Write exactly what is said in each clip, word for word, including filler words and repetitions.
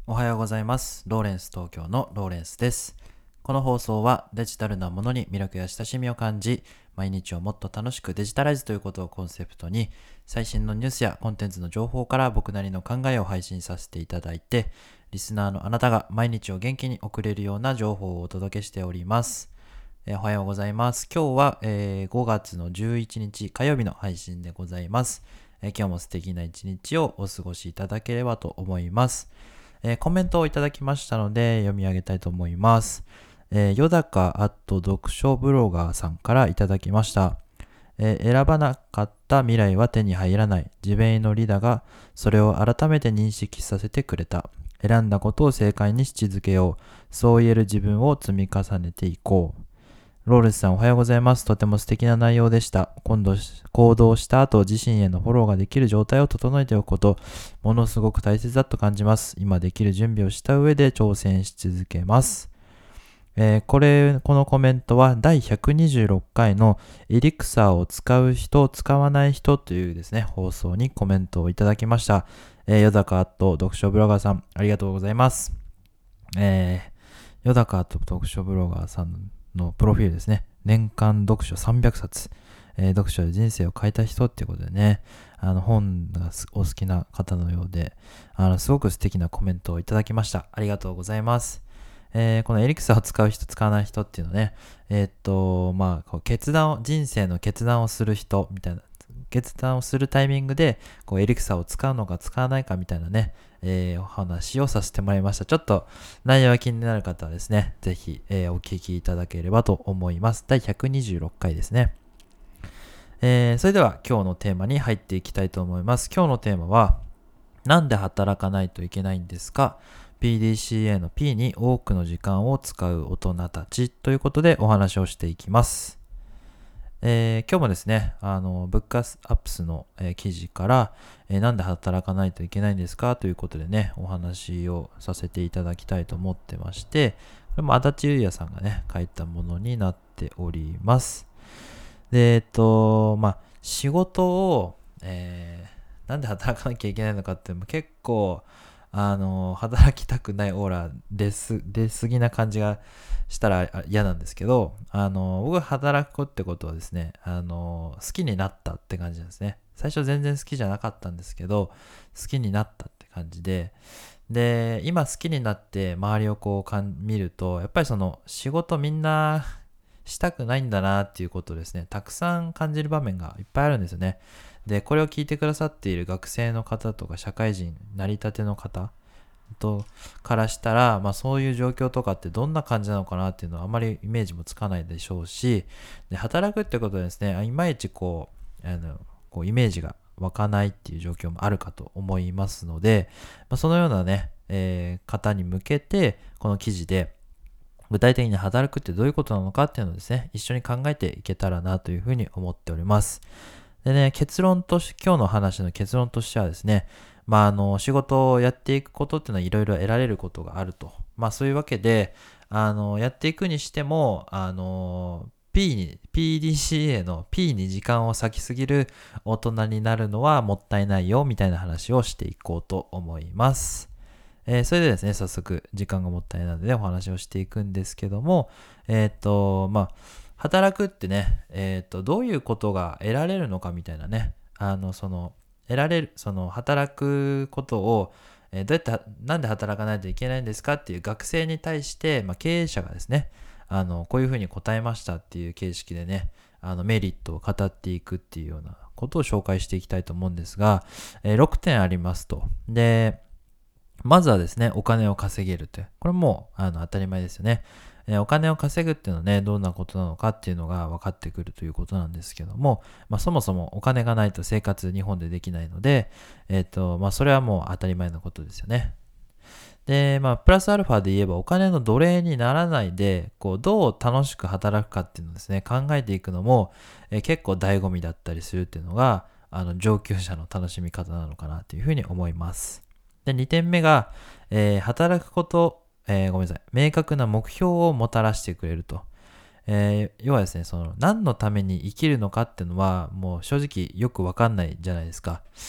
おはようございます。ローレンス東京のローレンスです。この放送はデジタルなものに魅力や親しみを感じ、毎日をもっと楽しくデジタライズということをコンセプトに、最新のニュースやコンテンツの情報から僕なりの考えを配信させていただいて、リスナーのあなたが毎日を元気に送れるような情報をお届けしております。えーおはようございます。今日は、えーごがつのじゅういちにち火曜日の配信でございます。えー今日も素敵な一日をお過ごしいただければと思います。えーコメントをいただきましたので読み上げたいと思います。えー、よだかあと読書ブロガーさんからいただきました。えー選ばなかった未来は手に入らない。自分へのリーダーがそれを改めて認識させてくれた。選んだことを正解にし続けよう。そう言える自分を積み重ねていこう。ローレスさんおはようございます。とても素敵な内容でした。今度行動した後自身へのフォローができる状態を整えておくこと、ものすごく大切だと感じます。今できる準備をした上で挑戦し続けます。えーこれ、このコメントはだいひゃくにじゅうろっかいのエリクサーを使う人、使わない人というですね、放送にコメントをいただきました。えー、よだかと読書ブロガーさん、ありがとうございます。えー、よだかと読書ブロガーさんのプロフィールですね。年間読書さんびゃくさつ、えー読書で人生を変えた人っていうことでね、あの本がお好きな方のようで、あのすごく素敵なコメントをいただきました。ありがとうございます。えーこのエリクサーを使う人、使わない人っていうのね、えーっと、まあ、こう決断を、人生の決断をする人みたいな、決断をするタイミングで、こうエリクサーを使うのか使わないかみたいなね、えーお話をさせてもらいました。ちょっと内容が気になる方はですね、ぜひ、えーお聞きいただければと思います。だいひゃくにじゅうろっかいですね。えーそれでは今日のテーマに入っていきたいと思います。今日のテーマは、なんで働かないといけないんですか？ ピーディーシーエー の P に多くの時間を使う大人たちということでお話をしていきます。えー今日もですね、あの、ブックアップスの、えー記事から、えーなんで働かないといけないんですかということでね、お話をさせていただきたいと思ってまして、これも足立優也さんがね、書いたものになっております。で、えっと、まあ、仕事を、えーなんで働かなきゃいけないのかって結構、あの、働きたくないオーラです、出すぎな感じがしたらあ嫌なんですけど、あの、僕が働くってことはですね、あの、好きになったって感じなんですね。最初全然好きじゃなかったんですけど、好きになったって感じで、で、今好きになって周りをこうかん見ると、やっぱりその仕事みんなしたくないんだなっていうことをですね、たくさん感じる場面がいっぱいあるんですよね。で、これを聞いてくださっている学生の方とか社会人、成り立ての方とからしたら、まあそういう状況とかってどんな感じなのかなっていうのはあまりイメージもつかないでしょうし、で、働くってことはですね、いまいちこう、あの、こうイメージが湧かないっていう状況もあるかと思いますので、まあ、そのようなね、えー方に向けて、この記事で、具体的に働くってどういうことなのかっていうのをですね、一緒に考えていけたらなというふうに思っております。でね、結論として、今日の話の結論としてはですね、まあ、あの、仕事をやっていくことっていうのはいろいろ得られることがあると。まあ、そういうわけで、あの、やっていくにしても、あの、P に、ピーディーシーエー の P に時間を割きすぎる大人になるのはもったいないよ、みたいな話をしていこうと思います。えーそれでですね、早速時間がもったいないのでお話をしていくんですけども、えっと、まあ、働くってね、えっと、どういうことが得られるのかみたいなね、あの、その、得られる、その、働くことを、えーどうやって、なんで働かないといけないんですかっていう学生に対して、まあ、経営者がですね、あの、こういうふうに答えましたっていう形式でね、あの、メリットを語っていくっていうようなことを紹介していきたいと思うんですが、えーろくてんありますと。で、まずはですね、お金を稼げるって。これもあの当たり前ですよね。えーお金を稼ぐっていうのはね、どんなことなのかっていうのが分かってくるということなんですけども、まあそもそもお金がないと生活日本でできないので、えっと、まあそれはもう当たり前のことですよね。で、まあプラスアルファで言えばお金の奴隷にならないで、こうどう楽しく働くかっていうのをですね、考えていくのも、えー結構醍醐味だったりするっていうのが、あの上級者の楽しみ方なのかなというふうに思います。で、にてんめが、えー働くこと、えーごめんなさい、明確な目標をもたらしてくれると。えー要はですね、その何のために生きるのかっていうのはもう正直よくわかんないじゃないですか。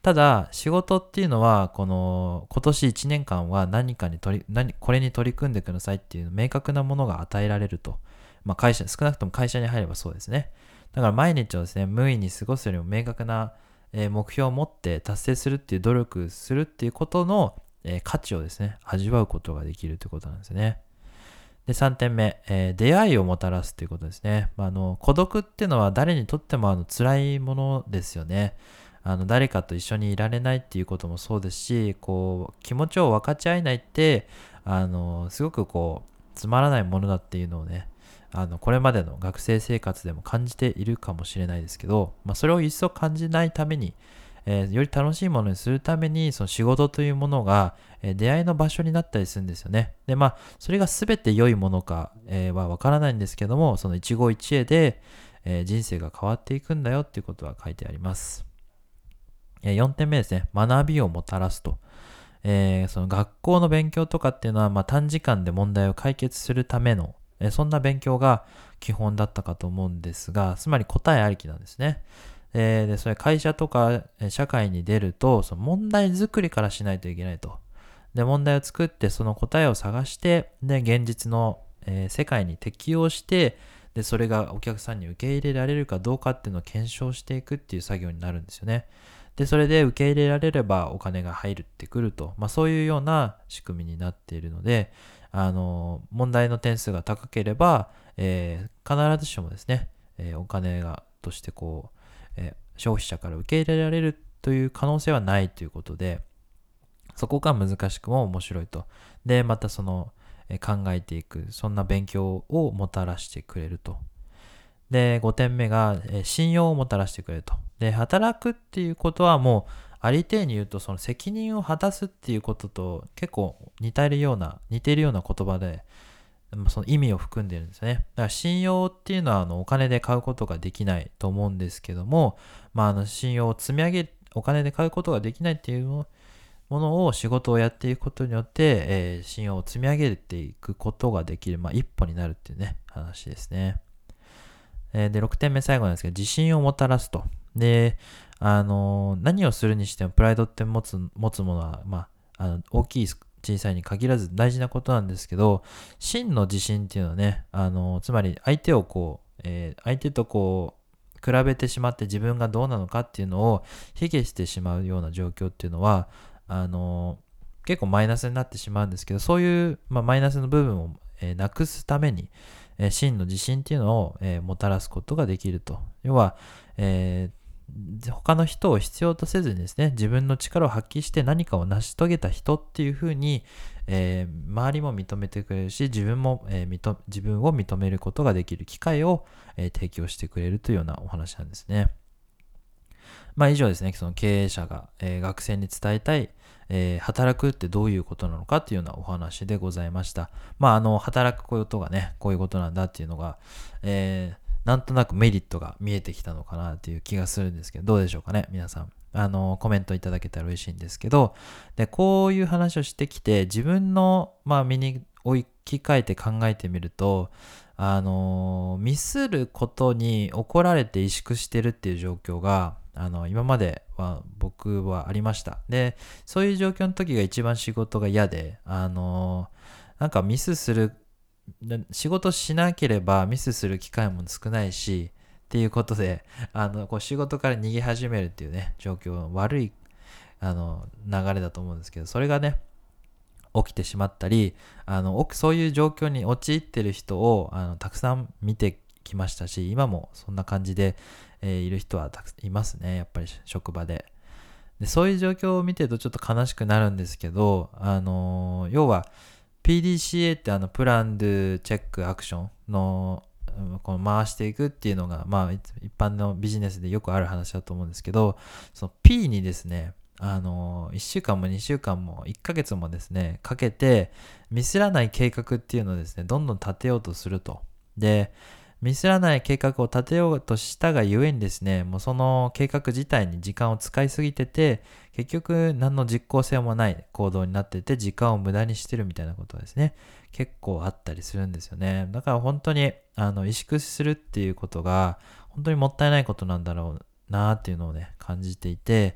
ただ仕事っていうのはこの今年いちねんかんは何かに取り何これに取り組んでくださいっていう明確なものが与えられると、まあ、会社少なくとも会社に入ればそうですね。だから毎日をですね無意に過ごすよりも明確なえー目標を持って達成するっていう努力するっていうことの、えー価値をですね味わうことができるということなんですね。でさんてんめ、えー出会いをもたらすということですね。まあ、あの孤独っていうのは誰にとってもあの辛いものですよね。あの誰かと一緒にいられないっていうこともそうですし、こう気持ちを分かち合えないってあのすごくこうつまらないものだっていうのをね、あのこれまでの学生生活でも感じているかもしれないですけど、まあ、それを一層感じないために、えーより楽しいものにするためにその仕事というものが、えー出会いの場所になったりするんですよね。でまあそれが全て良いものか、えーはわからないんですけども、その一期一会で、えー人生が変わっていくんだよっていうことは書いてあります。えーよんてんめですね、学びをもたらすと。えーその学校の勉強とかっていうのは、まあ、短時間で問題を解決するための、えーそんな勉強が基本だったかと思うんですが、つまり答えありきなんですね。えーで、それ会社とかえー社会に出ると、その問題作りからしないといけないと。で、問題を作って、その答えを探して、で、現実の、えー世界に適応して、で、それがお客さんに受け入れられるかどうかっていうのを検証していくっていう作業になるんですよね。で、それで受け入れられればお金が入ってくると、まあそういうような仕組みになっているので、あの、問題の点数が高ければ、えー必ずしもですね、えーお金がとしてこう、えー消費者から受け入れられるという可能性はないということで、そこが難しくも面白いと。で、またその、えー考えていく、そんな勉強をもたらしてくれると。で、ごてんめが、えー信用をもたらしてくれると。で、働くっていうことはもう、ありていに言うと、その責任を果たすっていうことと結構似ているような、似ているような言葉で、まあその意味を含んでるんですね。だから信用っていうのはあのお金で買うことができないと思うんですけども、まあ、あの信用を積み上げ、お金で買うことができないっていうものを仕事をやっていくことによって、えー信用を積み上げていくことができる、まあ、一歩になるっていうね、話ですね。えーで、ろくてんめ最後なんですけど、自信をもたらすと。で、あのー何をするにしてもプライドって持つ、持つものは、まあ、あの大きい、小さいに限らず大事なことなんですけど、真の自信っていうのはね、あのーつまり相手をこう、えー相手とこう、比べてしまって自分がどうなのかっていうのを卑下してしまうような状況っていうのは、あのー結構マイナスになってしまうんですけど、そういう、まあ、マイナスの部分を、えーなくすために、えー真の自信っていうのを、えーもたらすことができると。要は、えー他の人を必要とせずにですね、自分の力を発揮して何かを成し遂げた人っていうふうに、えー周りも認めてくれるし、自分も、えー認自分を認めることができる機会を、えー提供してくれるというようなお話なんですね。まあ以上ですね、その経営者が、えー学生に伝えたい、えー働くってどういうことなのかっていうようなお話でございました。まああの、働くことがね、こういうことなんだっていうのが、えーなんとなくメリットが見えてきたのかなっていう気がするんですけど、どうでしょうかね、皆さん。あの、コメントいただけたら嬉しいんですけど、で、こういう話をしてきて、自分の、まあ、身に置き換えて考えてみると、あの、ミスることに怒られて萎縮してるっていう状況が、あの、今までは僕はありました。で、そういう状況の時が一番仕事が嫌で、あの、なんかミスする、仕事しなければミスする機会も少ないし、っていうことで、あの、こう仕事から逃げ始めるっていうね、状況、悪い、あの、流れだと思うんですけど、それがね、起きてしまったり、あの、奥そういう状況に陥ってる人を、あの、たくさん見てきましたし、今もそんな感じで、えーいる人はたくさんいますね、やっぱり職場で。で、そういう状況を見てるとちょっと悲しくなるんですけど、あのー要は、ピーディーシーエー ってあの、プラン、ドゥ、チェック、アクションの、うんこの回していくっていうのが、まあ、い一般のビジネスでよくある話だと思うんですけど、その P にですね、あの、いっしゅうかんもにしゅうかんもいっかげつもですね、かけて、ミスらない計画っていうのをですね、どんどん立てようとすると。で、ミスらない計画を立てようとしたがゆえにですね、もうその計画自体に時間を使いすぎてて、結局何の実効性もない行動になってて、時間を無駄にしてるみたいなことはですね、結構あったりするんですよね。だから本当に、あの、萎縮するっていうことが、本当にもったいないことなんだろうなっていうのをね、感じていて、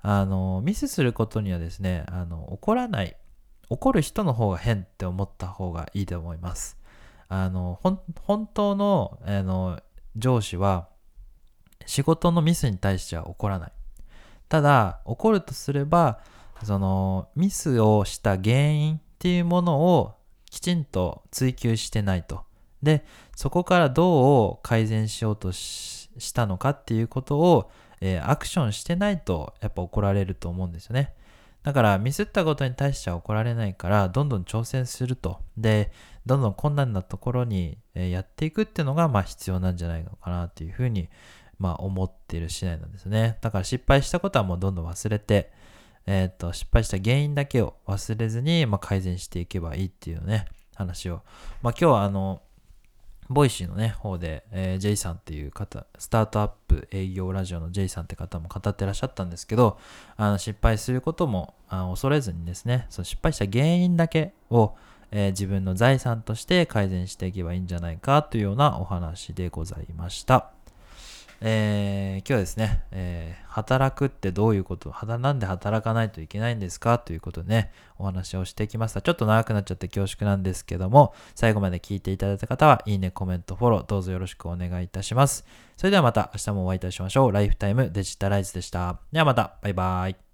あのミスすることにはですね、あの怒らない、怒る人の方が変って思った方がいいと思います。あのほん本当の、あの上司は仕事のミスに対しては怒らない。ただ怒るとすれば、そのミスをした原因っていうものをきちんと追求してないと。でそこからどう改善しようと し, したのかっていうことを、えーアクションしてないとやっぱ怒られると思うんですよね。だからミスったことに対しては怒られないから、どんどん挑戦すると。でどんどん困難なところに、えーやっていくっていうのがまあ必要なんじゃないのかなっていうふうにまあ思っている次第なんですね。だから失敗したことはもうどんどん忘れて、えーっと失敗した原因だけを忘れずに、まあ、改善していけばいいっていうね話を、まあ、今日はあのボイシーのね方で、えー、J さんっていう方、スタートアップ営業ラジオの J さんって方も語ってらっしゃったんですけど、あの失敗することもあ恐れずにですね、その失敗した原因だけを、えー自分の財産として改善していけばいいんじゃないかというようなお話でございました。えー今日はですね、えー働くってどういうこと、はたなんで働かないといけないんですかということでね、お話をしてきました。ちょっと長くなっちゃって恐縮なんですけども、最後まで聞いていただいた方は、いいね、コメント、フォロー、どうぞよろしくお願いいたします。それではまた明日もお会いいたしましょう。ライフタイムデジタライズでした。ではまた、バイバイ。